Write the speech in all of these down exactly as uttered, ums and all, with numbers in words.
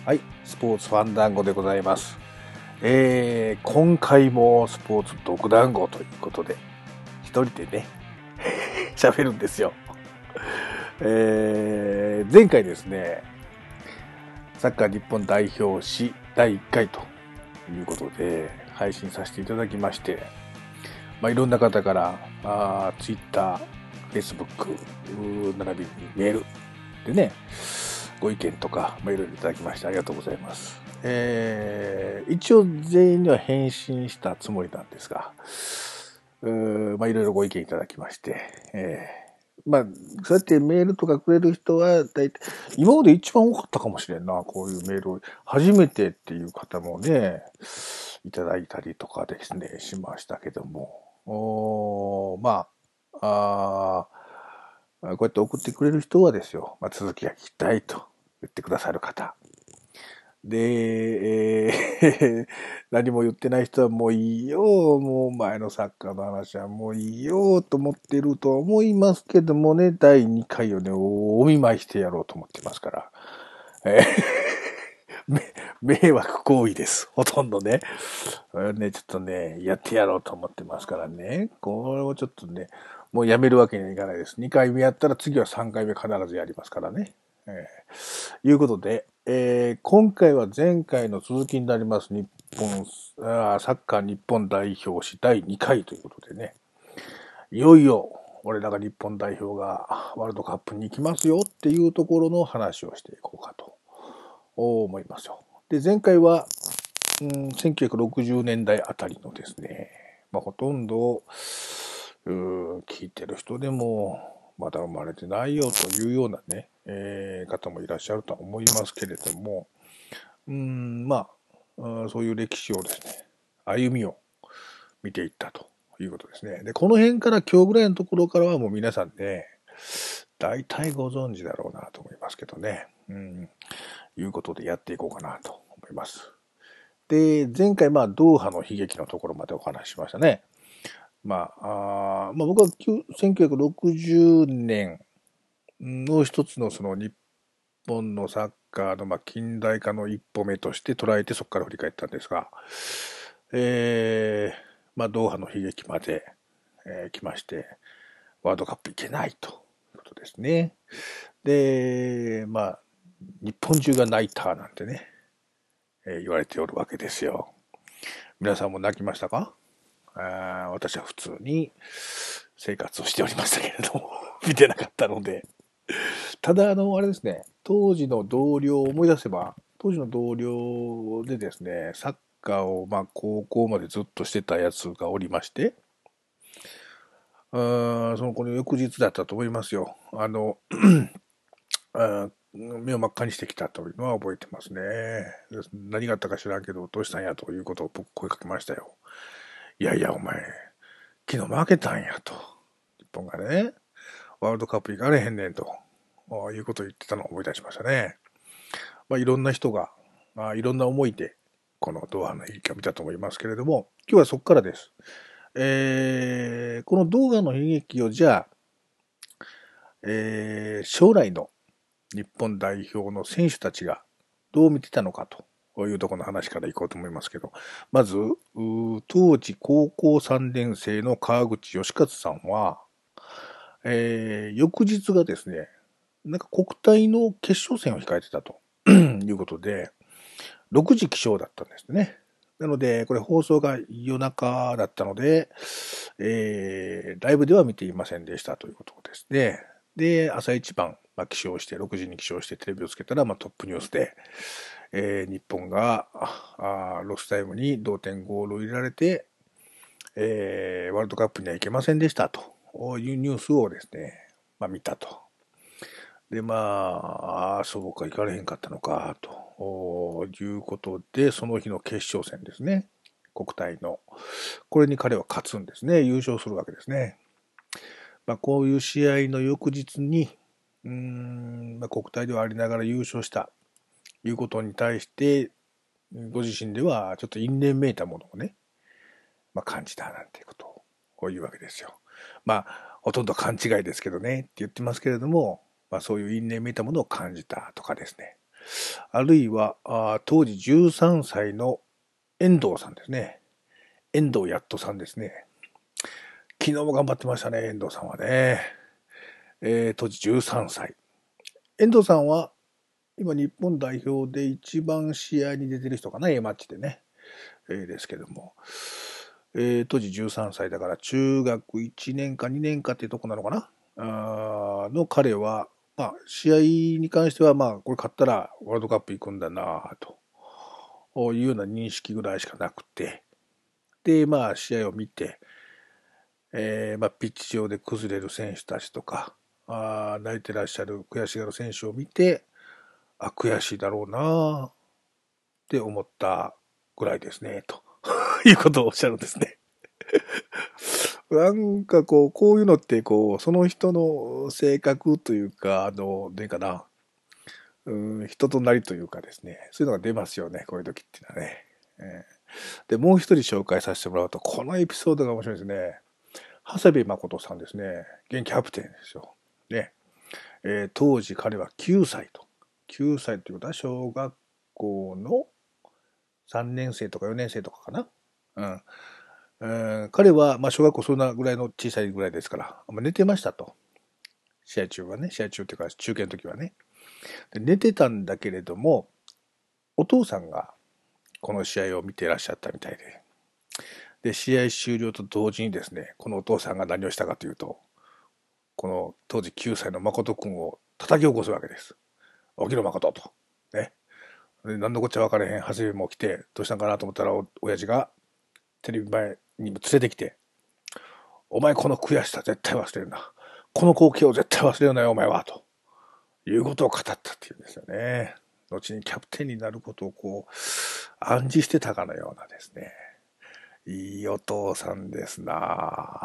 はい、スポーツファンダンゴでございます。えー、今回もスポーツ独団子ということで、一人でね、喋るんですよ。えー、前回ですね、サッカー日本代表誌だいいっかいということで配信させていただきまして、まあ、いろんな方からあ Twitter、Facebook、並びにメールでね、ご意見とか、まあ、いろいろいただきましてありがとうございます。えー、一応全員には返信したつもりなんですが、うーまあいろいろご意見いただきまして、えー、まあ、そうやってメールとかくれる人は、だいたい、今まで一番多かったかもしれんな、こういうメールを。初めてっていう方もね、いただいたりとかですね、しましたけども。おまあ、あこうやって送ってくれる人はですよ、まあ、続きが聞きたいと言ってくださる方。で、えー何も言ってない人はもういいよ、もう前のサッカーの話はもういいよと思ってると思いますけどもね、だいにかいをね、お見舞いしてやろうと思ってますから。えー迷惑行為です。ほとんどね。これね、ちょっとね、やってやろうと思ってますからね。これをちょっとね、もうやめるわけにはいかないです。にかいめやったら次はさんかいめ必ずやりますからね。えー、いうことで、えー、今回は前回の続きになります日本、あサッカー日本代表誌だいにかいということでね、いよいよ俺らが日本代表がワールドカップに行きますよっていうところの話をしていこうかと思いますよ。で、前回は、うん、せんきゅうひゃくろくじゅうねんだいあたりのですね、まあ、ほとんど聞いてる人でもまだ生まれてないよというようなね、えー、方もいらっしゃるとは思いますけれども、うん、まあ、そういう歴史をですね、歩みを見ていったということですね。で、この辺から今日ぐらいのところからはもう皆さんね、大体ご存知だろうなと思いますけどね。うん、いうことでやっていこうかなと思います。で、前回、まあ、ドーハの悲劇のところまでお話ししましたね。まあ、あまあ、僕はせんきゅうひゃくろくじゅうねんの一つのその日本のサッカーのまあ近代化の一歩目として捉えてそこから振り返ったんですが、えー、まあ、ドーハの悲劇まで、えー、来まして、ワールドカップいけないということですね。で、まあ、日本中が泣いたなんてね、えー、言われておるわけですよ。皆さんも泣きましたか？あ私は普通に生活をしておりましたけれども見てなかったので。ただ、あの、あれですね、当時の同僚を思い出せば、当時の同僚でですね、サッカーを、まあ、高校までずっとしてたやつがおりまして、あその子の翌日だったと思いますよ。あの、あ目を真っ赤にしてきたというのは覚えてますね。何があったか知らんけど、どうしたんやということを僕声かけましたよ。いやいや、お前、昨日負けたんやと。日本がね、ワールドカップ行かれへんねんと、いうことを言ってたのを思い出しましたね。まあ、いろんな人が、まあ、いろんな思いで、このドーハの悲劇を見たと思いますけれども、今日はそこからです。えー、このドーハの悲劇をじゃあ、えー、将来の日本代表の選手たちがどう見てたのかというところの話からいこうと思いますけど、まず、当時高校さんねん生の川口義勝さんは、えー、翌日がですね、なんか国体の決勝戦を控えてたということで、ろくじ起床だったんですね。なので、これ放送が夜中だったので、えー、ライブでは見ていませんでしたということですね。で、朝一番、まあ、起床して、ろくじに起床してテレビをつけたら、まあ、トップニュースで、えー、日本があロスタイムに同点ゴールを入れられて、えー、ワールドカップには行けませんでしたというニュースをですね、まあ、見たと。で、まあ、あそうか、行かれへんかったのか、ということで、その日の決勝戦ですね。国体の。これに彼は勝つんですね。優勝するわけですね。まあ、こういう試合の翌日に、うーん、まあ、国体ではありながら優勝したということに対して、ご自身ではちょっと因縁めいたものをね、まあ、感じたなんていうことをこういうわけですよ。まあ、ほとんど勘違いですけどねって言ってますけれども、まあ、そういう因縁めいたものを感じたとかですね。 あるいは、あ当時じゅうさんさいの遠藤さんですね。遠藤やっとさんですね。昨日も頑張ってましたね、遠藤さんはね。えー、当時じゅうさんさい。遠藤さんは、今日本代表で一番試合に出てる人かな、A マッチでね。えー、ですけども。えー、当時じゅうさんさいだから中学いちねんかにねんかっていうとこなのかなあの彼は、まあ、試合に関しては、まあ、これ勝ったらワールドカップ行くんだなというような認識ぐらいしかなくて、で、まあ、試合を見て、えーまあ、ピッチ上で崩れる選手たちとか、あ泣いてらっしゃる悔しがる選手を見て、あ、悔しいだろうなって思ったぐらいですね、ということをおっしゃるんですね。なんかこう、こういうのって、こう、その人の性格というか、あの、ねかな、うん、人となりというかですね、そういうのが出ますよね、こういう時っていうのはね。えーで、もう一人紹介させてもらうと、このエピソードが面白いですね。長谷部誠さんですね。現キャプテンですよ。ね。えー当時彼はきゅうさいと。きゅうさいということは小学校のさんねん生とかよねん生とかかな。うん。えー彼は、まあ、小学校そんなぐらいの小さいぐらいですから、まあ、寝てましたと。試合中はね、試合中っていうか、中継の時はね。で寝てたんだけれども、お父さんがこの試合を見ていらっしゃったみたいで、で、試合終了と同時にですね、このお父さんが何をしたかというと、この当時きゅうさいの誠くんを叩き起こすわけです。起きろ誠と。ね。で何のこっちゃ分からへん、長谷部も来て、どうしたんかなと思ったら、お親父がテレビ前にも連れてきて、お前この悔しさ絶対忘れるな。この光景を絶対忘れるなよ、お前は。ということを語ったっていうんですよね。後にキャプテンになることをこう、暗示してたかのようなですね。いいお父さんですな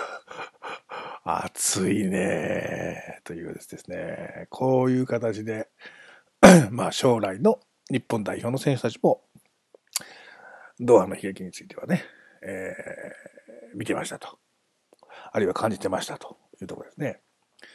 熱いねというですね。こういう形で、まあ将来の日本代表の選手たちも、ドーハの悲劇についてはね、えー、見てましたと。あるいは感じてましたというところですね。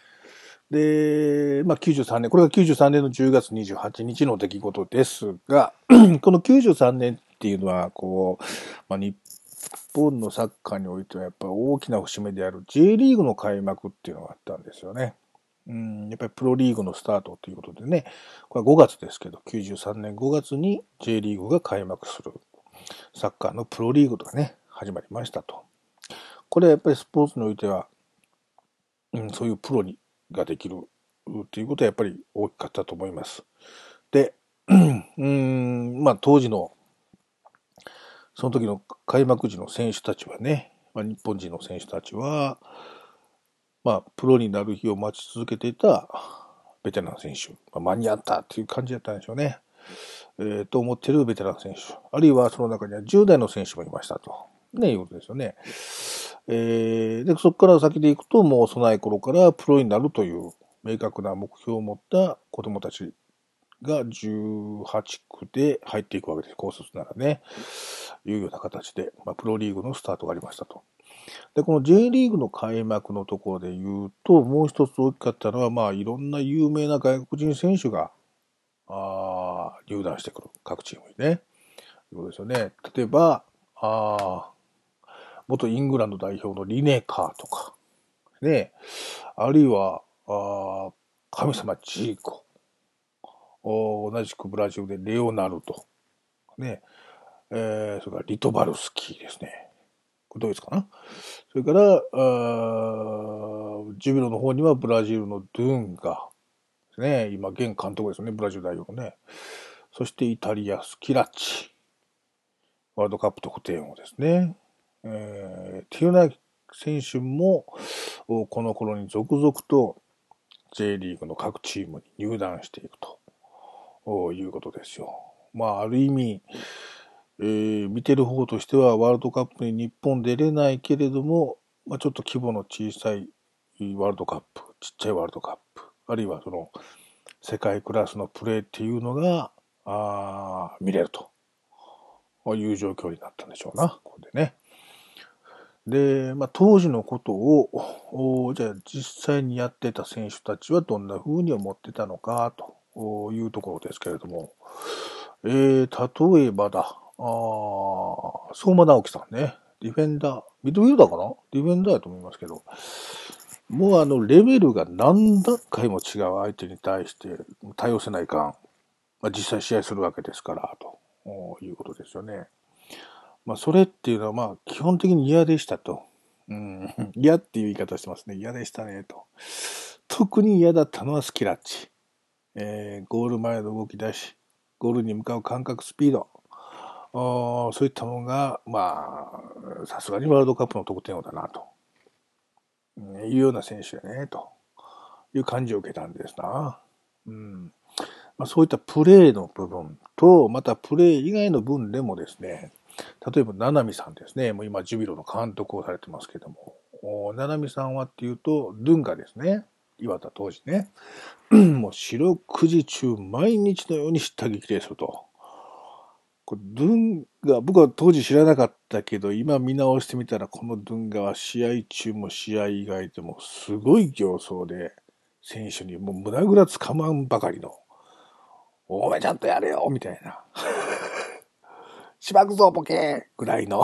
で、まあきゅうじゅうさんねん、これがきゅうじゅうさんねんのじゅうがつにじゅうはちにちの出来事ですが、このきゅうじゅうさんねんっていうのは、こう、まあ、日本のサッカーにおいてはやっぱり大きな節目である J リーグの開幕っていうのがあったんですよね。うん、やっぱりプロリーグのスタートということでね、これはごがつですけど、きゅうじゅうさんねんごがつに J リーグが開幕する。サッカーのプロリーグがね、始まりましたと。これはやっぱりスポーツにおいては、うん、そういうプロにができるっていうことはやっぱり大きかったと思います。で、うん、まあ当時の、その時の開幕時の選手たちはね、まあ、日本人の選手たちは、まあプロになる日を待ち続けていたベテラン選手、まあ、間に合ったっていう感じだったんでしょうね。えー、と思っているベテラン選手、あるいはその中にはじゅう代の選手もいましたと。ね、いうことですよね。えー、で、そこから先でいくと、もう幼い頃からプロになるという明確な目標を持った子供たちがじゅうはちくで入っていくわけです。高卒ならね。いうような形で、まあ、プロリーグのスタートがありましたと。で、この J リーグの開幕のところで言うと、もう一つ大きかったのは、まあ、いろんな有名な外国人選手が、あ入団してくる。各チームにね。ということですよね。例えば、あ元イングランド代表のリネカーとか、ね。あるいは、あ神様ジーコ。同じくブラジルでレオナルド。ね。えー、それからリトバルスキーですね。これドイツかな。それから、あジュビロの方にはブラジルのドゥンガですね。今、現監督ですよね。ブラジル代表のね。そしてイタリア、スキラッチ。ワールドカップ得点王ですね。えー、っていうような選手も、この頃に続々と J リーグの各チームに入団していくということですよ。まあ、ある意味、えー、見てる方としてはワールドカップに日本出れないけれども、まあ、ちょっと規模の小さいワールドカップ、ちっちゃいワールドカップ、あるいはその世界クラスのプレーっていうのが、あ見れるという状況になったんでしょうな、これでね。で、まあ、当時のことを、じゃあ実際にやってた選手たちはどんな風に思ってたのかというところですけれども、えー、例えばだ、あー相馬直樹さんね、ディフェンダー、ミッドフィルダーかなディフェンダーだと思いますけど、もうあの、レベルが何段階も違う相手に対して対応せないかん。まあ、実際試合するわけですから、ということですよね。まあ、それっていうのは、まあ、基本的に嫌でしたと。うん、嫌っていう言い方してますね。嫌でしたね、と。特に嫌だったのはスキラッチ。えー、ゴール前の動き出し、ゴールに向かう感覚、スピード。そういったものが、まあ、さすがにワールドカップの得点王だな、というような選手やね、という感じを受けたんですな。うんまあ、そういったプレーの部分と、またプレー以外の分でもですね、例えば、七海さんですね。もう今、ジュビロの監督をされてますけども、七海さんはっていうと、ドゥンガですね。岩田当時ね。もう四六時中、毎日のように叱咤激励すると。これドゥンガ、僕は当時知らなかったけど、今見直してみたら、このドゥンガは試合中も試合以外でもすごい形相で、選手にもう胸ぐらつかまんばかりの、お前ちゃんとやれよみたいな。しばくぞボケぐらいの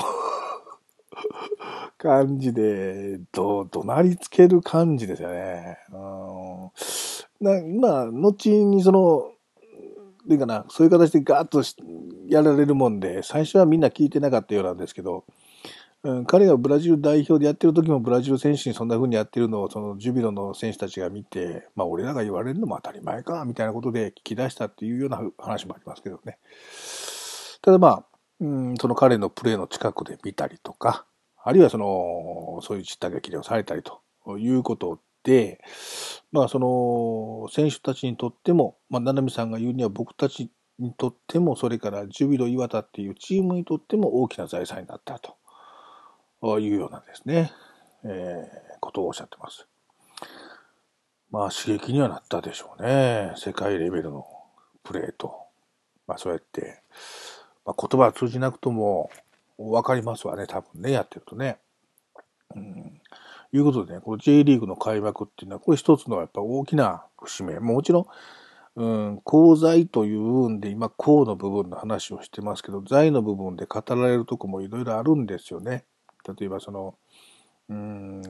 感じで、ど、怒鳴りつける感じですよね。うん、なまあ、後にその、というかな、そういう形でガーッとやられるもんで、最初はみんな聞いてなかったようなんですけど、うん、彼がブラジル代表でやってる時もブラジル選手にそんな風にやってるのをそのジュビロの選手たちが見て、まあ俺らが言われるのも当たり前か、みたいなことで聞き出したっていうような話もありますけどね。ただまあ、うん、その彼のプレーの近くで見たりとか、あるいはその、そういう叱咤激励をされたりということで、まあその、選手たちにとっても、まあ、七海さんが言うには僕たちにとっても、それからジュビロ磐田っていうチームにとっても大きな財産になったと。いうようなですね、えー、ことをおっしゃってます。まあ刺激にはなったでしょうね。世界レベルのプレーと。まあそうやって、まあ、言葉は通じなくとも分かりますわね、多分ね、やってるとね。うん、いうことでね、この J リーグの開幕っていうのは、これ一つのやっぱ大きな節目。もちろん、うん、功罪という部分で今、功の部分の話をしてますけど、罪の部分で語られるとこもいろいろあるんですよね。例えばその、うん、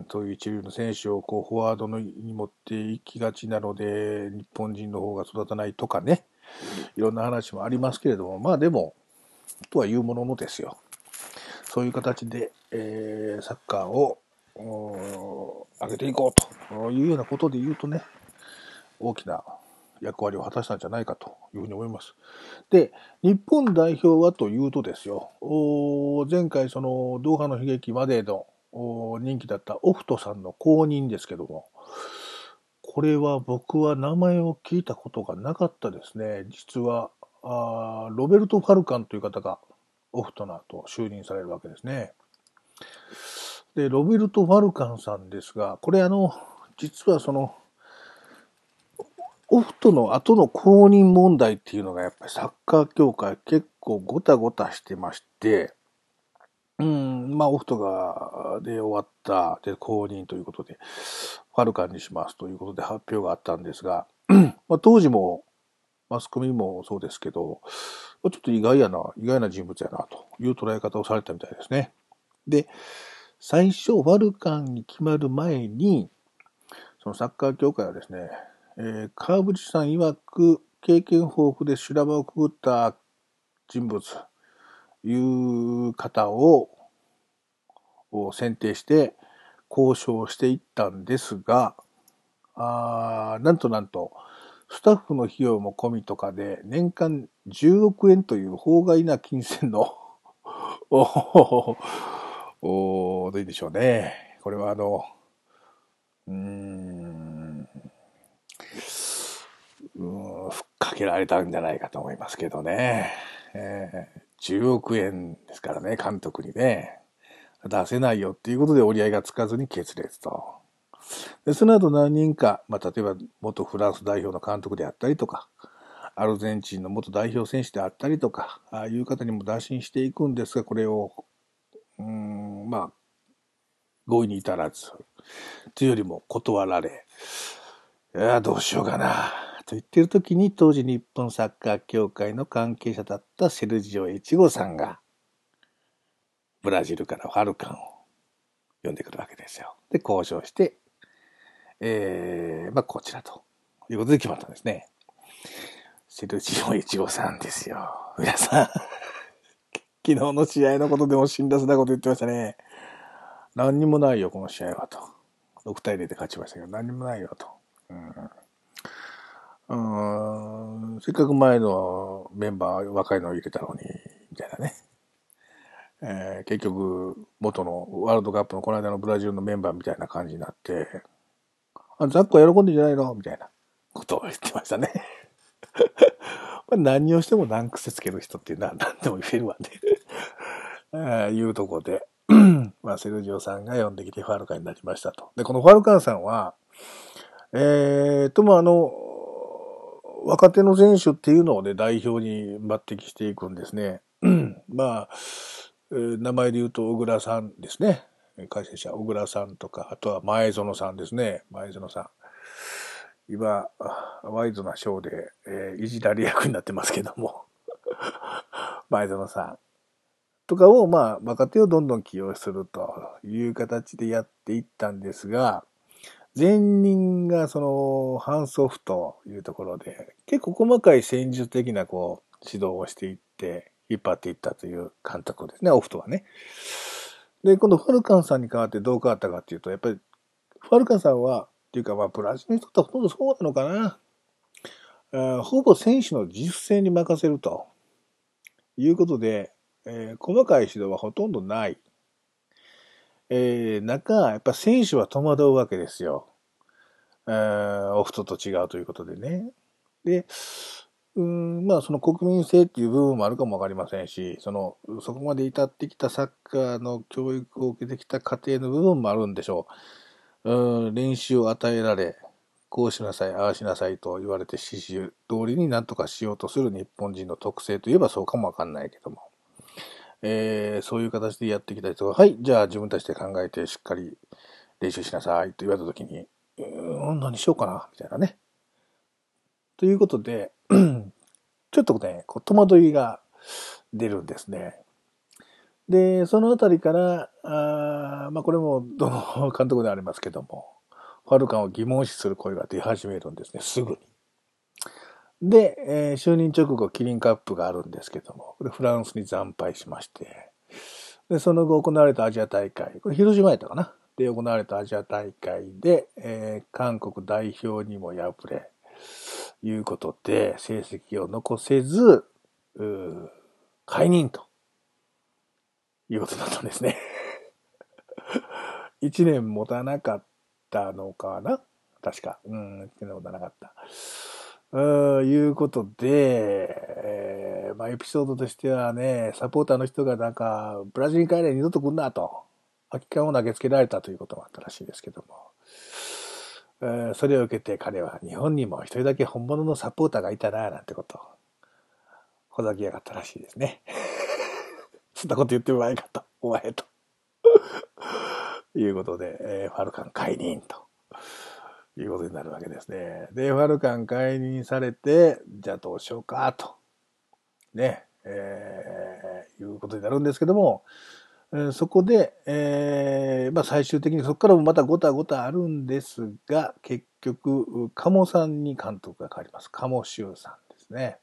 そういう一流の選手をこうフォワードのに持っていきがちなので、日本人の方が育たないとかね、いろんな話もありますけれども、まあでも、とはいうもののですよ。そういう形で、えー、サッカーを上げていこうというようなことで言うとね、大きな役割を果たしたんじゃないかというふうに思います。で、日本代表はというとですよ、前回そのドーハの悲劇までの人気だったオフトさんの後任ですけども、これは僕は名前を聞いたことがなかったですね。実は、あロベルト・ファルカンという方がオフトの後就任されるわけですね。で、ロベルト・ファルカンさんですが、これあの、実はその、オフトの後の公認問題っていうのがやっぱりサッカー協会結構ごたごたしてまして、うん、まあオフトがで終わった、で公認ということで、ファルカンにしますということで発表があったんですが、まあ、当時もマスコミもそうですけど、ちょっと意外やな、意外な人物やなという捉え方をされたみたいですね。で、最初ファルカンに決まる前に、そのサッカー協会はですね、えー、川淵さん曰く経験豊富で修羅場をくぐった人物、いう方を選定して交渉していったんですが、あなんとなんと、スタッフの費用も込みとかで年間じゅうおくえんという法外な金銭のおおどういうんでしょうね。これはあの、うーん、うーんふっかけられたんじゃないかと思いますけどね。えー、じゅうおくえんですからね、監督にね。出せないよっていうことで折り合いがつかずに決裂と。で、その後何人か、まあ、例えば元フランス代表の監督であったりとか、アルゼンチンの元代表選手であったりとか、ああいう方にも打診していくんですが、これを、うーん、まあ、合意に至らず、というよりも断られ、いや、どうしようかな、 と言っている時に、当時日本サッカー協会の関係者だったセルジオ・エチゴさんが、ブラジルからファルカンを呼んでくるわけですよ。で、交渉して、えー、まあ、こちらということで決まったんですね。セルジオ・エチゴさんですよ。皆さん、昨日の試合のことでも辛辣なこと言ってましたね。何にもないよ、この試合はと。ろくたいゼロで勝ちましたけど、何にもないよと。うん、うーんせっかく前のメンバー若いのを入れたのに、みたいなね。えー、結局、元のワールドカップのこの間のブラジルのメンバーみたいな感じになって、あ、ザックは喜んでんじゃないのみたいなことを言ってましたね。何をしても難癖つける人っていうのは何でも言えるわね。えー、いうとこで、まあ、セルジオさんが呼んできてファルカンになりましたと。で、このファルカンさんは、えーと、まあ、あの、若手の選手っていうのをね、代表に抜擢していくんですね。まあ、えー、名前で言うと、小倉さんですね。解説者、小倉さんとか、あとは前園さんですね。前園さん。今、ワイドなショーで、えー、いじられ役になってますけども。前園さん。とかを、まあ、若手をどんどん起用するという形でやっていったんですが、前任がその、ハンスオフというところで、結構細かい戦術的なこう、指導をしていって、引っ張っていったという監督ですね、オフとはね。で、今度ファルカンさんに代わってどう変わったかっていうと、やっぱり、ファルカンさんは、っていうかまあ、ブラジルの人ってほとんどそうなのかな。あほぼ選手の自主性に任せるということで、えー、細かい指導はほとんどない。えー、中、やっぱ選手は戸惑うわけですよ。えー、オフトと違うということでね。で、うん、まあその国民性っていう部分もあるかもわかりませんし、その、そこまで至ってきたサッカーの教育を受けてきた過程の部分もあるんでしょう。うん、練習を与えられ、こうしなさい、ああしなさいと言われて指示通りに何とかしようとする日本人の特性といえばそうかもわかんないけども。えー、そういう形でやってきた人が、はい、じゃあ自分たちで考えてしっかり練習しなさいと言われたときに、うーん、何しようかな、みたいなね。ということで、ちょっとね、こう戸惑いが出るんですね。で、そのあたりから、あまあこれもどの監督でありますけども、ファルカンを疑問視する声が出始めるんですね、すぐに。で、えー、就任直後、キリンカップがあるんですけども、これフランスに惨敗しまして、で、その後行われたアジア大会、これ広島やったかなで行われたアジア大会で、えー、韓国代表にも敗れ、いうことで、成績を残せず、う解任と、いうことだったんですね。一年持たなかったのかな確か。うん、一年持たなかった。ういうことで、えー、まあエピソードとしてはね、サポーターの人がなんか、ブラジルに帰れ二度と来んなと、空き缶を投げつけられたということもあったらしいですけども、えー、それを受けて彼は日本にも一人だけ本物のサポーターがいたな、なんてことを、ほざきやがったらしいですね。そんなこと言ってもらえかと、お前と。いうことで、えー、ファルカン解任と。いうことになるわけですね。で、ファルカン解任されて、じゃあどうしようかと。ね、えー、いうことになるんですけども、えー、そこで、えー、まあ最終的にそこからもまたごたごたあるんですが、結局、鴨さんに監督が変わります。鴨修さんですね。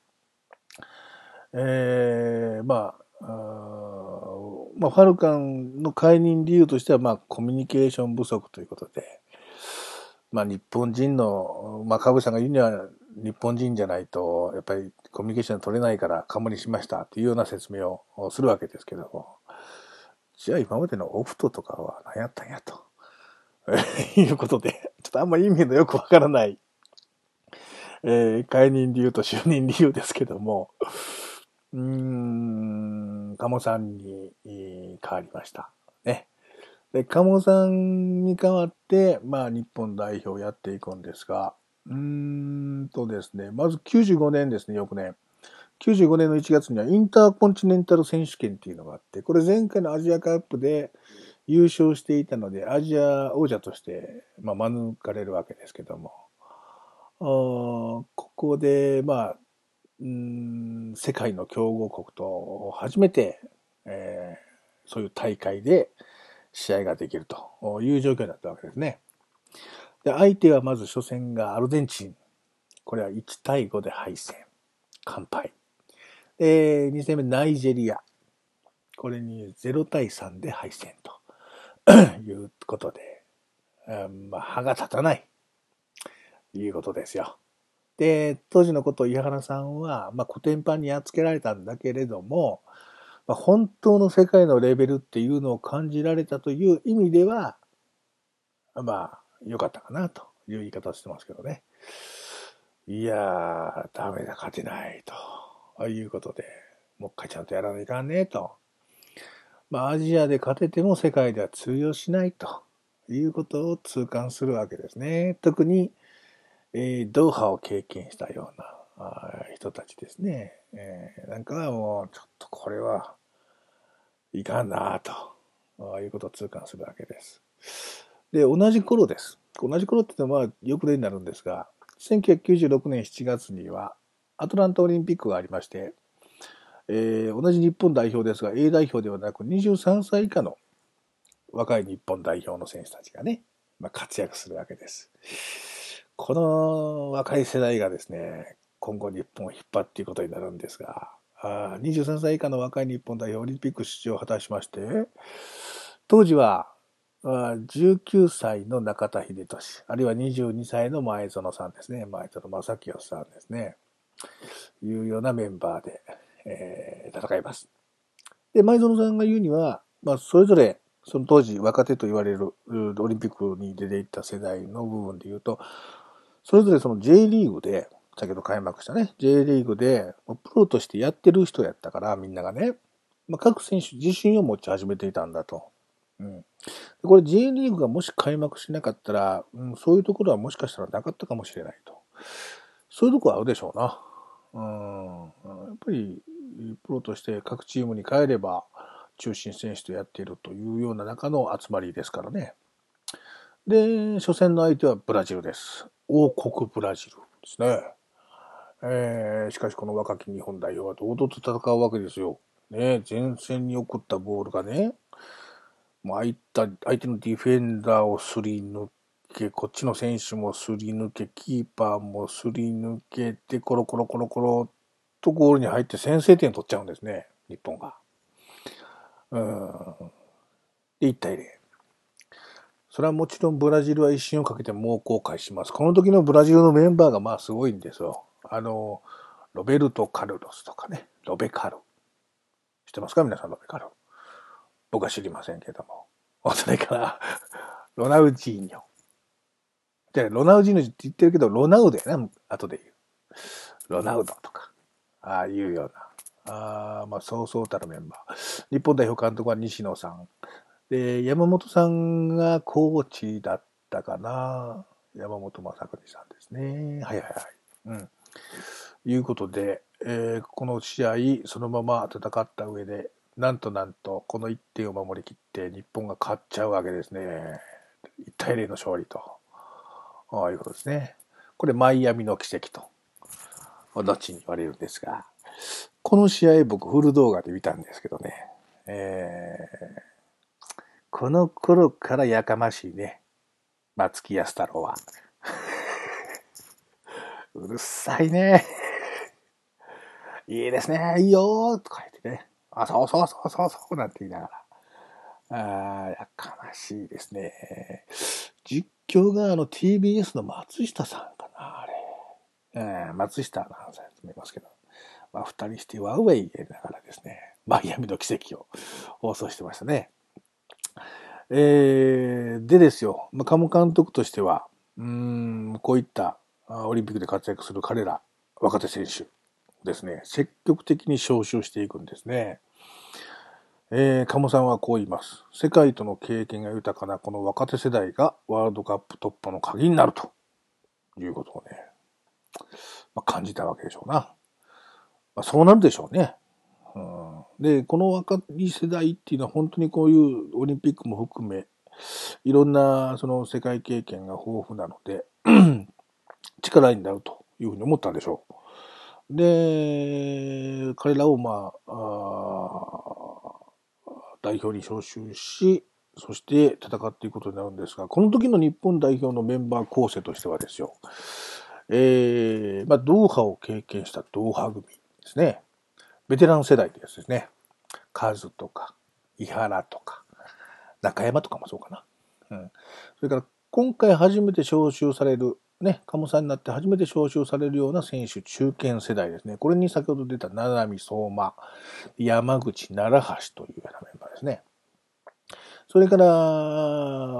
えー、まあ、あまあ、ファルカンの解任理由としては、まあ、コミュニケーション不足ということで、まあ、日本人の、まあ、川淵さんが言うには、日本人じゃないと、やっぱりコミュニケーション取れないから、カモにしましたっていうような説明をするわけですけども、じゃあ今までのオフトとかは何やったんやと、いうことで、ちょっとあんまり意味のよくわからない、えー、解任理由と就任理由ですけども、うーん、鴨さんに変わりました。ね。で、鴨さんに代わって、まあ、日本代表をやっていくんですが、うーんとですね、まずきゅうじゅうごねんですね、翌年。きゅうじゅうごねんのいちがつにはインターコンチネンタル選手権っていうのがあって、これ前回のアジアカップで優勝していたので、アジア王者として、まあ、免れるわけですけども、 ここで、まあ、うん、世界の強豪国と初めて、えー、そういう大会で試合ができるという状況になったわけですね。で、相手はまず初戦がアルゼンチン。これはいちたいごで敗戦。完敗。で、に戦目ナイジェリア。これにゼロたいさんで敗戦ということで、うん、まあ、歯が立たないということですよ。で、当時のことを井原さんは、まあ、コテンパンにやっつけられたんだけれども、まあ、本当の世界のレベルっていうのを感じられたという意味では、まあ、良かったかなという言い方をしてますけどね。いやー、ダメだ、勝てないということで、もう一回ちゃんとやらないかんねと。まあ、アジアで勝てても世界では通用しないということを痛感するわけですね。特に、えー、ドーハを経験したようなあ人たちですね。えー、なんかはもう、ちょっとこれはいかんなということを痛感するわけです。で、同じ頃です。同じ頃っていうのは、まあ、よく例になるんですが、せんきゅうひゃくきゅうじゅうろくねんしちがつには、アトランタオリンピックがありまして、えー、同じ日本代表ですが、A 代表ではなくにじゅうさんさい以下の若い日本代表の選手たちがね、まあ、活躍するわけです。この若い世代がですね、今後日本を引っ張っていくことになるんですが、あにじゅうさんさい以下の若い日本代表オリンピック出場を果たしまして、当時はじゅうきゅうさいの中田英寿、あるいはにじゅうにさいの前園さんですね、前園正清さんですね、いうようなメンバーで、えー、戦います。で、前園さんが言うには、まあ、それぞれ、その当時若手と言われるオリンピックに出ていった世代の部分で言うと、それぞれその J リーグで、先ほど開幕したね、J リーグで、プロとしてやってる人やったから、みんながね、まあ、各選手自信を持ち始めていたんだと。うん、これ J リーグがもし開幕しなかったら、うん、そういうところはもしかしたらなかったかもしれないと。そういうところはあるでしょうな。うん、やっぱり、プロとして各チームに帰れば、中心選手とやっているというような中の集まりですからね。で、初戦の相手はブラジルです。王国ブラジルですね。えー、しかしこの若き日本代表は堂々と戦うわけですよ。ね、前線に送ったボールがね、もう相手相手のディフェンダーをすり抜け、こっちの選手もすり抜け、キーパーもすり抜けて、コロコロコロコロとゴールに入って先制点取っちゃうんですね、日本が。うん。で、いちたいゼロ。それはもちろんブラジルは一瞬をかけて猛攻開します。この時のブラジルのメンバーがまあすごいんですよ。あの、ロベルト・カルロスとかね、ロベカル。知ってますか皆さん、ロベカル。僕は知りませんけれども。それから、ロナウジーニョ。で、ロナウジーニョって言ってるけど、ロナウドやな、後で言う。ロナウドとか、ああいうような。あまあ、そうそうたるメンバー。日本代表監督は西野さん。で、山本さんがコーチだったかな。山本正邦さんですね。はいはいはい。うん。いうことで、えー、この試合、そのまま戦った上で、なんとなんと、このいってんを守りきって、日本が勝っちゃうわけですね。いちたいゼロの勝利と。ああいうことですね。これ、マイアミの奇跡と、後に言われるんですが、この試合僕フル動画で見たんですけどね。えー、この頃からやかましいね。松木安太郎は。うるさいね。いいですね。いいよとか言ってね。あ、そうそうそうそうそうなんて言いながら。あやかましいですね。実況があの ティービーエス の松下さんかな、あれ。うん、松下アナウンサーやってみますけど。まあ、二人してワウェイ言いながらですね、マイアミの奇跡を放送してましたね。えー、でですよ、鴨監督としては、うーん、こういったオリンピックで活躍する彼ら、若手選手ですね、積極的に招集していくんですね。えー、鴨さんはこう言います。世界との経験が豊かなこの若手世代がワールドカップ突破の鍵になるということをね、まあ、感じたわけでしょうな。まあ、そうなるでしょうね。うん、で、この若い世代っていうのは本当にこういうオリンピックも含め、いろんなその世界経験が豊富なので、 力になるというふうに思ったんでしょう。で、彼らをまあ、あ代表に招集し、そして戦っていくことになるんですが、この時の日本代表のメンバー構成としてはですよ、えー、まあ、ドーハを経験したドーハ組ですね。ベテラン世代ってやつですね。カズとか、井原とか、中山とかもそうかな。うん。それから、今回初めて招集される、ね、鴨さんになって初めて招集されるような選手、中堅世代ですね。これに先ほど出た七海相馬、山口、奈良橋というようなメンバーですね。それから、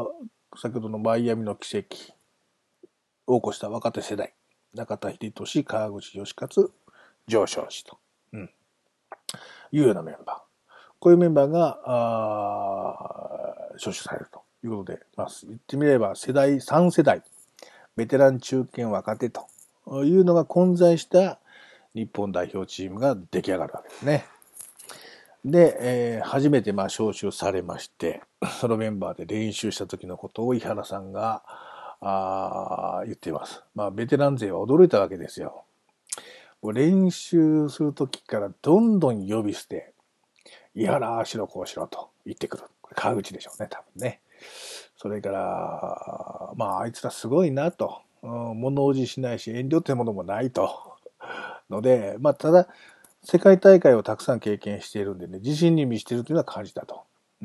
先ほどのマイアミの奇跡を起こした若手世代、中田英寿、川口義勝、上昇氏と、うん、いうようなメンバー。こういうメンバーが、招集されるということで、まあ、言ってみれば世代、さん世代、ベテラン、中堅、若手というのが混在した日本代表チームが出来上がるわけですね。で、えー、初めてまあ招集されまして、そのメンバーで練習した時のことを井原さんがあ言っています。まあ、ベテラン勢は驚いたわけですよ。練習する時からどんどん呼び捨て、井原、ああしろ、こうしろと言ってくる。これ川口でしょうね、多分ね。それから、まあ、あいつらすごいなと。うん、物おじしないし、遠慮ってものもないと。ので、まあ、ただ、世界大会をたくさん経験しているんでね、自信に満ちているというのは感じたと。うん、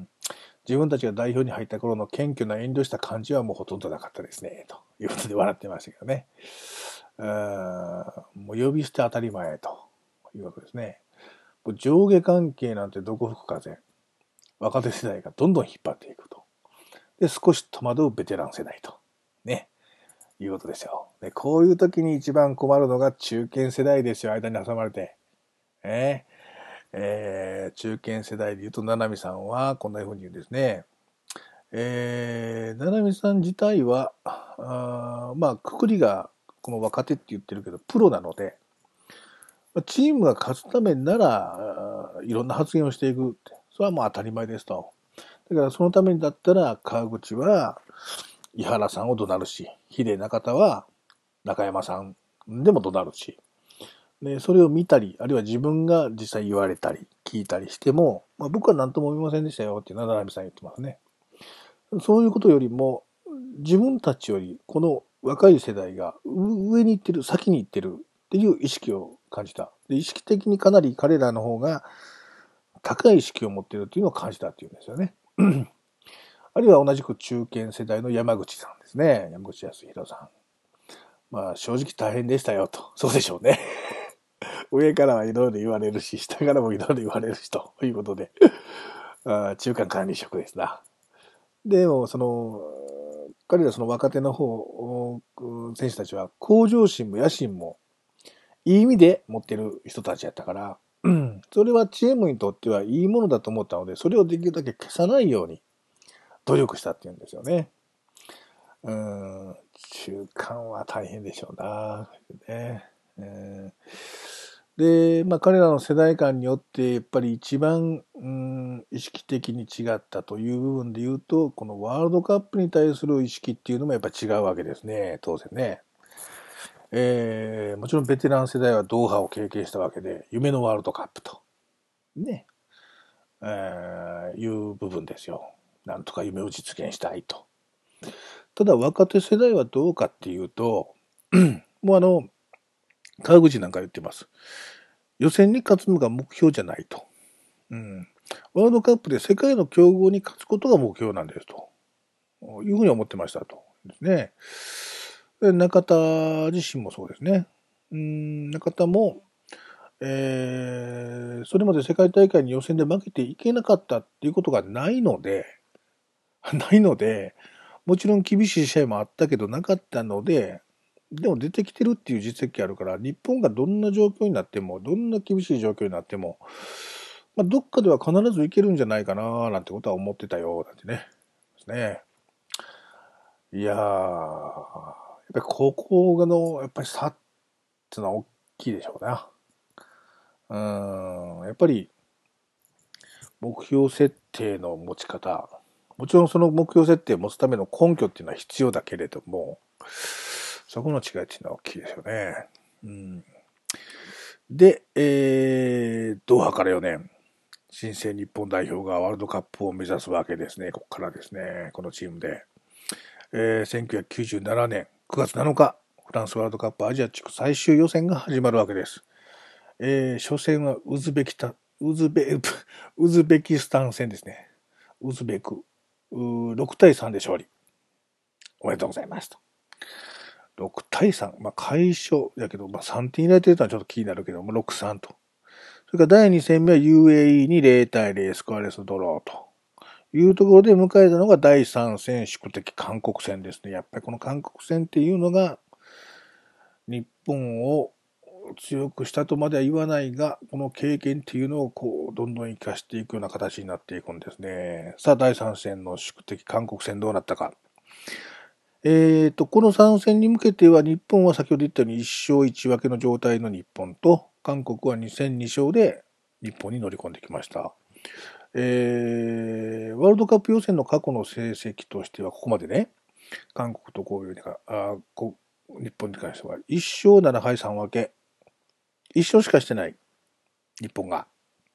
自分たちが代表に入った頃の謙虚な遠慮した感じはもうほとんどなかったですね、ということで笑ってましたけどね。うん、もう呼び捨て当たり前ということですね。上下関係なんてどこ吹く風。若手世代がどんどん引っ張っていくと。で、少し戸惑うベテラン世代と。ね。いうことですよ。で、こういう時に一番困るのが中堅世代ですよ。間に挟まれて。ね。えー、中堅世代で言うと、七海さんはこんな風に言うんですね。えー、七海さん自体は、あまあ、くくりが、この若手って言ってるけど、プロなので、チームが勝つためなら、いろんな発言をしていくって。それはもう当たり前ですと。だからそのためにだったら、川口は井原さんを怒鳴るし、秀中田は中山さんでも怒鳴るし、で、それを見たり、あるいは自分が実際言われたり、聞いたりしても、まあ、僕は何とも思いませんでしたよって七海さん言ってますね。そういうことよりも、自分たちよりこの若い世代が上に行ってる、先に行ってるっていう意識を感じた。で、意識的にかなり彼らの方が高い意識を持っているというのを感じたっていうんですよね。あるいは同じく中堅世代の山口さんですね。山口康弘さん。まあ正直大変でしたよと。そうでしょうね。上からはいろいろ言われるし、下からもいろいろ言われるしということで、あ中間管理職ですな。でも、その、彼らその若手の方、選手たちは向上心も野心もいい意味で持ってる人たちやったから、うん、それはチームにとってはいいものだと思ったので、それをできるだけ消さないように努力したっていうんですよね。うん、中間は大変でしょうな。ねえー、で、まあ彼らの世代間によってやっぱり一番、うん、意識的に違ったという部分で言うと、このワールドカップに対する意識っていうのもやっぱ違うわけですね、当然ね。えー、もちろんベテラン世代はドーハを経験したわけで、夢のワールドカップと、ね、えー、いう部分ですよ。なんとか夢を実現したいと。ただ若手世代はどうかっていうと、もうあの、川口なんか言ってます。予選に勝つのが目標じゃないと。うん。ワールドカップで世界の強豪に勝つことが目標なんですと。いうふうに思ってましたと。ですね。で中田自身もそうですね。うん、中田も、えー、それまで世界大会に予選で負けていけなかったっていうことがないので、ないので、もちろん厳しい試合もあったけどなかったので、でも出てきてるっていう実績あるから、日本がどんな状況になっても、どんな厳しい状況になっても、まあ、どっかでは必ずいけるんじゃないかななんてことは思ってたよ、なんてね。ですね。いやー、やっぱり高校の、やっぱり差っていうのは大きいでしょうな。うん、やっぱり目標設定の持ち方、もちろんその目標設定を持つための根拠っていうのは必要だけれども、 そこの違いっていうのは大きいですよね。うん、で、えー、ドーハからよねん、新生日本代表がワールドカップを目指すわけですね。ここからですね、このチームで。えー、せんきゅうひゃくきゅうじゅうななねんくがつなのか、フランスワールドカップアジア地区最終予選が始まるわけです。えー、初戦はウズベキタ、ウズベ、ウズベキスタン戦ですね。ウズベク、ろくたいさんで勝利。おめでとうございますと。ろくたいさん、まあ、快勝やけど、まあ、さんてん入れてるのはちょっと気になるけど、まあ、ろくたいさんと。それからだいに戦目は ユーエーイー にぜろたいゼロスコアレスドローというところで迎えたのがだいさん戦宿敵韓国戦ですね。やっぱりこの韓国戦っていうのが日本を強くしたとまでは言わないが、この経験っていうのをこうどんどん生かしていくような形になっていくんですね。さあだいさん戦の宿敵韓国戦どうなったか。えーと、このさん戦に向けては日本は先ほど言ったようにいっ勝いち分けの状態の日本と、韓国はに戦に勝で日本に乗り込んできました。えー、ワールドカップ予選の過去の成績としてはここまでね、韓国とこういうか、あこ日本に関してはいっ勝なな敗さん分け。いっ勝しかしてない日本が。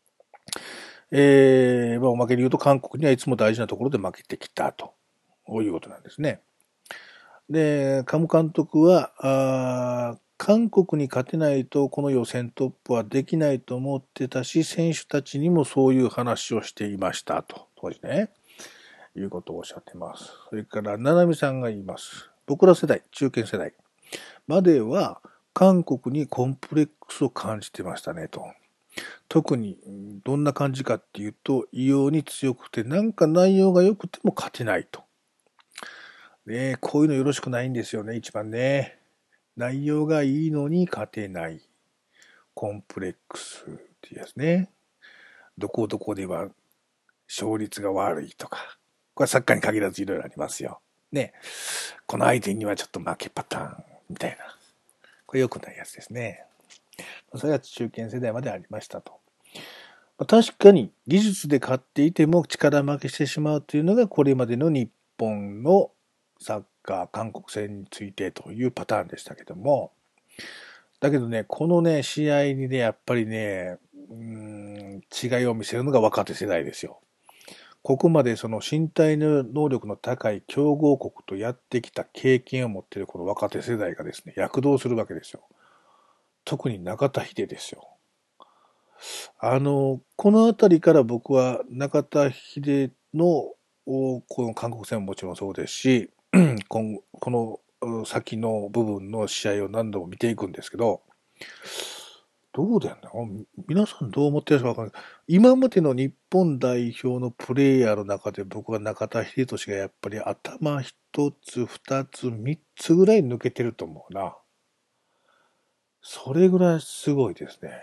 えー、まあおまけに言うと韓国にはいつも大事なところで負けてきたということなんですね。で、カム監督は、あ韓国に勝てないとこの予選突破はできないと思ってたし、選手たちにもそういう話をしていましたと、当時ね、いうことをおっしゃっています。それから、七海さんが言います。僕ら世代、中堅世代までは、韓国にコンプレックスを感じてましたねと。特に、どんな感じかっていうと、異様に強くて、なんか内容が良くても勝てないと。ね、こういうのよろしくないんですよね、一番ね。内容がいいのに勝てない。コンプレックスっていうやつね。どこどこでは勝率が悪いとか。これはサッカーに限らずいろいろありますよ。ね。この相手にはちょっと負けパターンみたいな。これ良くないやつですね。それは中堅世代までありましたと。確かに技術で勝っていても力負けしてしまうというのがこれまでの日本のサッカー韓国戦についてというパターンでしたけども、だけどね、このね、試合にね、やっぱりね、うーん、違いを見せるのが若手世代ですよ。ここまでその身体の能力の高い強豪国とやってきた経験を持っているこの若手世代がですね、躍動するわけですよ。特に中田秀ですよ。あの、このあたりから僕は中田秀のこの韓国戦ももちろんそうですし、この先の部分の試合を何度も見ていくんですけど、どうだよね。皆さんどう思ってるかわかんない。今までの日本代表のプレイヤーの中で僕は中田秀俊がやっぱり頭一つ、二つ、三つぐらい抜けてると思うな。それぐらいすごいですね。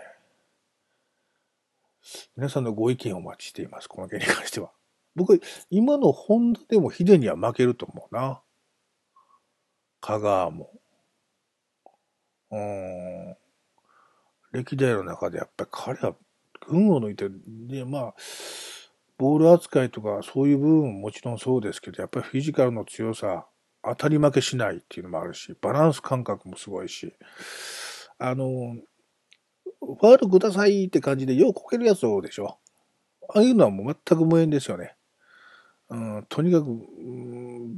皆さんのご意見をお待ちしています。この件に関しては。僕、今のホンダでもヒデには負けると思うな。香川も。うーん。歴代の中でやっぱり彼は群を抜いてる。で、まあ、ボール扱いとかそういう部分ももちろんそうですけど、やっぱりフィジカルの強さ、当たり負けしないっていうのもあるし、バランス感覚もすごいし、あの、ファールくださいって感じでようこけるやつをでしょ。ああいうのはもう全く無縁ですよね。うん、とにかく、うん、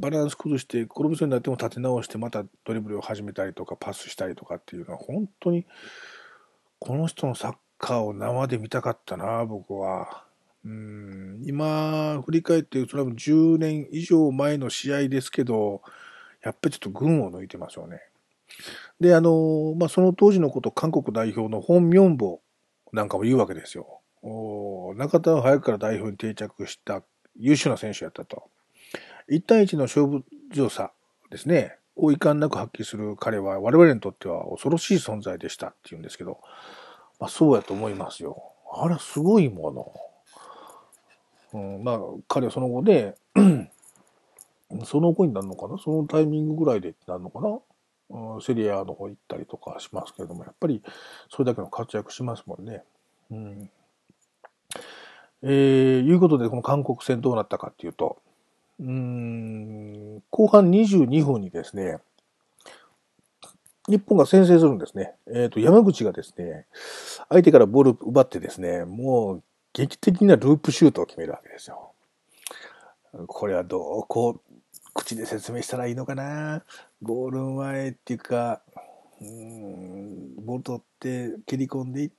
バランス崩して転びそうになっても立て直してまたドリブルを始めたりとかパスしたりとかっていうのは本当にこの人のサッカーを生で見たかったな、僕は。うん、今振り返ってそれはじゅうねん以上前の試合ですけど、やっぱりちょっと群を抜いてますよね。で、あの、まあ、その当時のこと、韓国代表のホン・ミョンボなんかも言うわけですよ。お中田は早くから代表に定着した優秀な選手やったと。いち対いちの勝負強さですね、を遺憾なく発揮する彼は我々にとっては恐ろしい存在でしたって言うんですけど、まあ、そうやと思いますよ。あれすごいもの。うん、まあ彼はその後で、その後になるのかな、そのタイミングぐらいでなるのかな、うん、セリアの方行ったりとかしますけれども、やっぱりそれだけの活躍しますもんね。うん、えー、いうことでこの韓国戦どうなったかっていうと、うーん後半にじゅうにふんにですね、 日本が先制するんですね。えっと、山口がですね、相手からボールを奪ってですね、もう劇的なループシュートを決めるわけですよ。これはどう、こう、口で説明したらいいのかな。ゴール前っていうか、うーん、ボール取って蹴り込んでいって、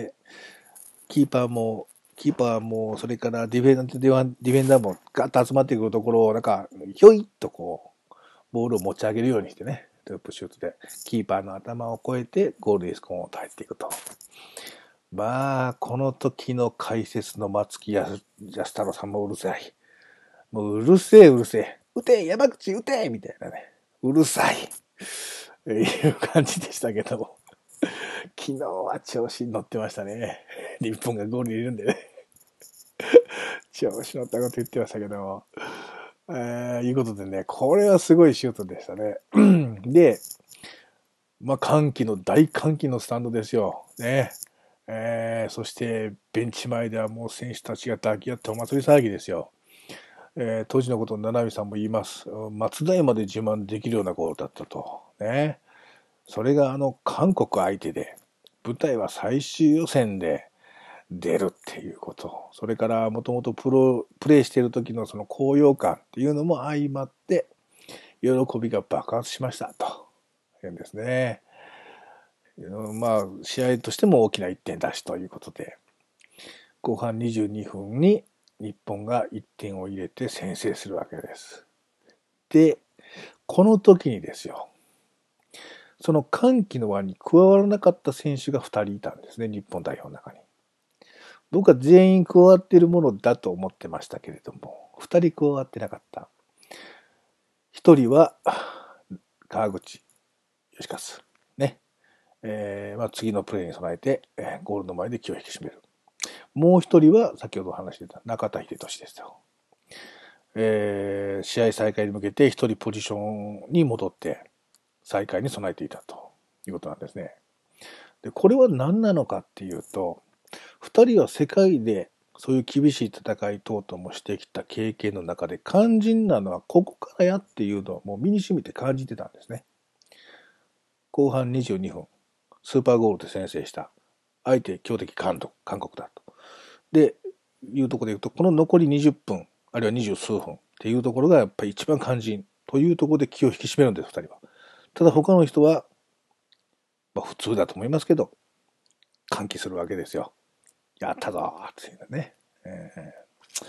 キーパーも、キーパーも、それからディフェンダー、ディフェンダーもガッと集まってくるところを、なんか、ひょいっとこう、ボールを持ち上げるようにしてね、ループシュートで、キーパーの頭を越えて、ゴールにスコーンと入っていくと。まあ、この時の解説の松木安太郎さんもうるさい。もううるせえうるせえ。撃て山口撃てみたいなね。うるさい。いう感じでしたけども。昨日は調子に乗ってましたね。日本がゴールに入れるんでね。調子乗ったこと言ってましたけども。えー、いうことでね、これはすごいシュートでしたね。で、まあ、歓喜の、大歓喜のスタンドですよ。ね。えー、そして、ベンチ前ではもう選手たちが抱き合ってお祭り騒ぎですよ。えー、当時のことを七海さんも言います。松平まで自慢できるようなゴールだったと。ね。それがあの、韓国相手で、舞台は最終予選で出るっていうこと。それから、もともとプロ、プレイしている時のその高揚感っていうのも相まって、喜びが爆発しましたと。いうんですね。まあ、試合としても大きないってん出しということで、後半にじゅうにふんに日本がいってんを入れて先制するわけです。で、この時にですよ、その歓喜の輪に加わらなかった選手がふたりいたんですね、日本代表の中に。僕は全員加わっているものだと思ってましたけれども、ふたり加わってなかった。ひとりは川口義勝。ね。えーまあ、次のプレーに備えて、えーゴールの前で気を引き締める。もう一人は先ほど話してた中田秀俊ですよ。えー、試合再開に向けて一人ポジションに戻って再開に備えていたということなんですね。で、これは何なのかっていうと、二人は世界でそういう厳しい戦い等々もしてきた経験の中で肝心なのはここからやっていうのをもう身に染みて感じてたんですね。後半にじゅうにふん、スーパーゴールで先制した。相手強敵韓国韓国だと。で、いうところで言うと、この残りにじゅっぷん、あるいはにじゅうすうふんっていうところがやっぱり一番肝心というところで気を引き締めるんです、二人は。ただ他の人は、まあ普通だと思いますけど、歓喜するわけですよ。やったぞーっていうのね。えー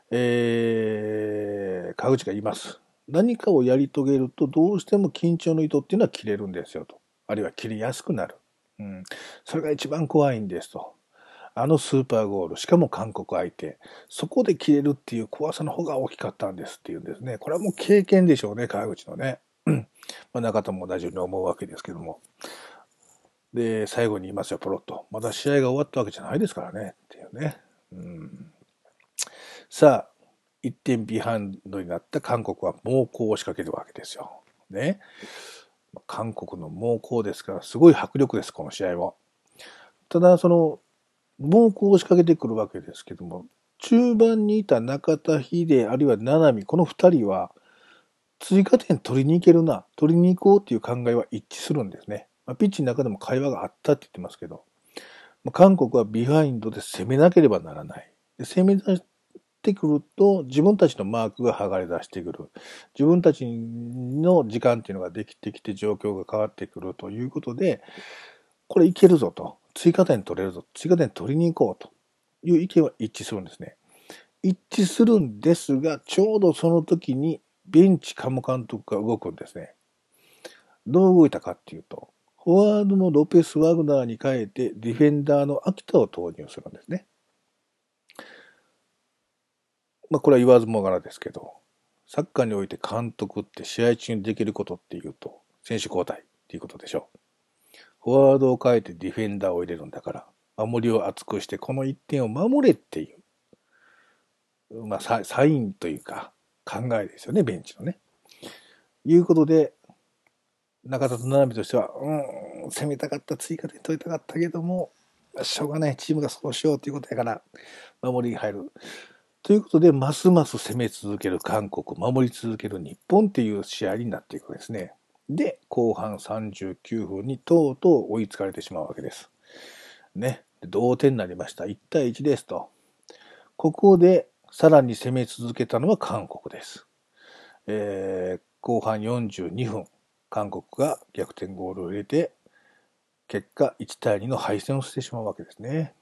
えー、川口が言います。何かをやり遂げるとどうしても緊張の糸っていうのは切れるんですよと。あるいは切りやすくなる。うん。それが一番怖いんですと。あのスーパーゴール、しかも韓国相手、そこで切れるっていう怖さの方が大きかったんですっていうんですね。これはもう経験でしょうね、川口のね。まあ、中田も同じように思うわけですけども。で、最後に言いますよ、ポロッと。まだ試合が終わったわけじゃないですからね、っていうね。うん、さあ、いってんビハインドになった韓国は猛攻を仕掛けるわけですよ。ね。韓国の猛攻ですから、すごい迫力です、この試合は。ただ、その、猛攻を仕掛けてくるわけですけども、中盤にいた中田秀、あるいは七海、この二人は、追加点取りに行けるな、取りに行こうっていう考えは一致するんですね。まあ、ピッチの中でも会話があったって言ってますけど、まあ、韓国はビハインドで攻めなければならない。で攻め出してくると、自分たちのマークが剥がれ出してくる。自分たちの時間っていうのができてきて状況が変わってくるということで、これいけるぞと。追加点取れるぞ。追加点取りに行こうという意見は一致するんですね。一致するんですが、ちょうどその時にベンチカモ監督が動くんですね。どう動いたかっていうと、フォワードのロペス・ワグナーに変えてディフェンダーの秋田を投入するんですね。まあこれは言わずもがなですけど、サッカーにおいて監督って試合中にできることっていうと、選手交代っていうことでしょう。フォワードを変えてディフェンダーを入れるんだから、守りを厚くしてこのいってんを守れっていう、まあササインというか考えですよね、ベンチのね。いうことで、中田と七海としては、うん、攻めたかった、追加点取りたかったけども、しょうがない、チームがそうしようということやから、守りに入る。ということで、ますます攻め続ける韓国、守り続ける日本っていう試合になっていくわけですね。 で、後半さんじゅうきゅうふんにとうとう追いつかれてしまうわけです。ね。同点になりました。いち対いちですと。ここでさらに攻め続けたのは韓国です。えー、後半よんじゅうにふん、韓国が逆転ゴールを入れて、結果いち対にの敗戦をしてしまうわけですね。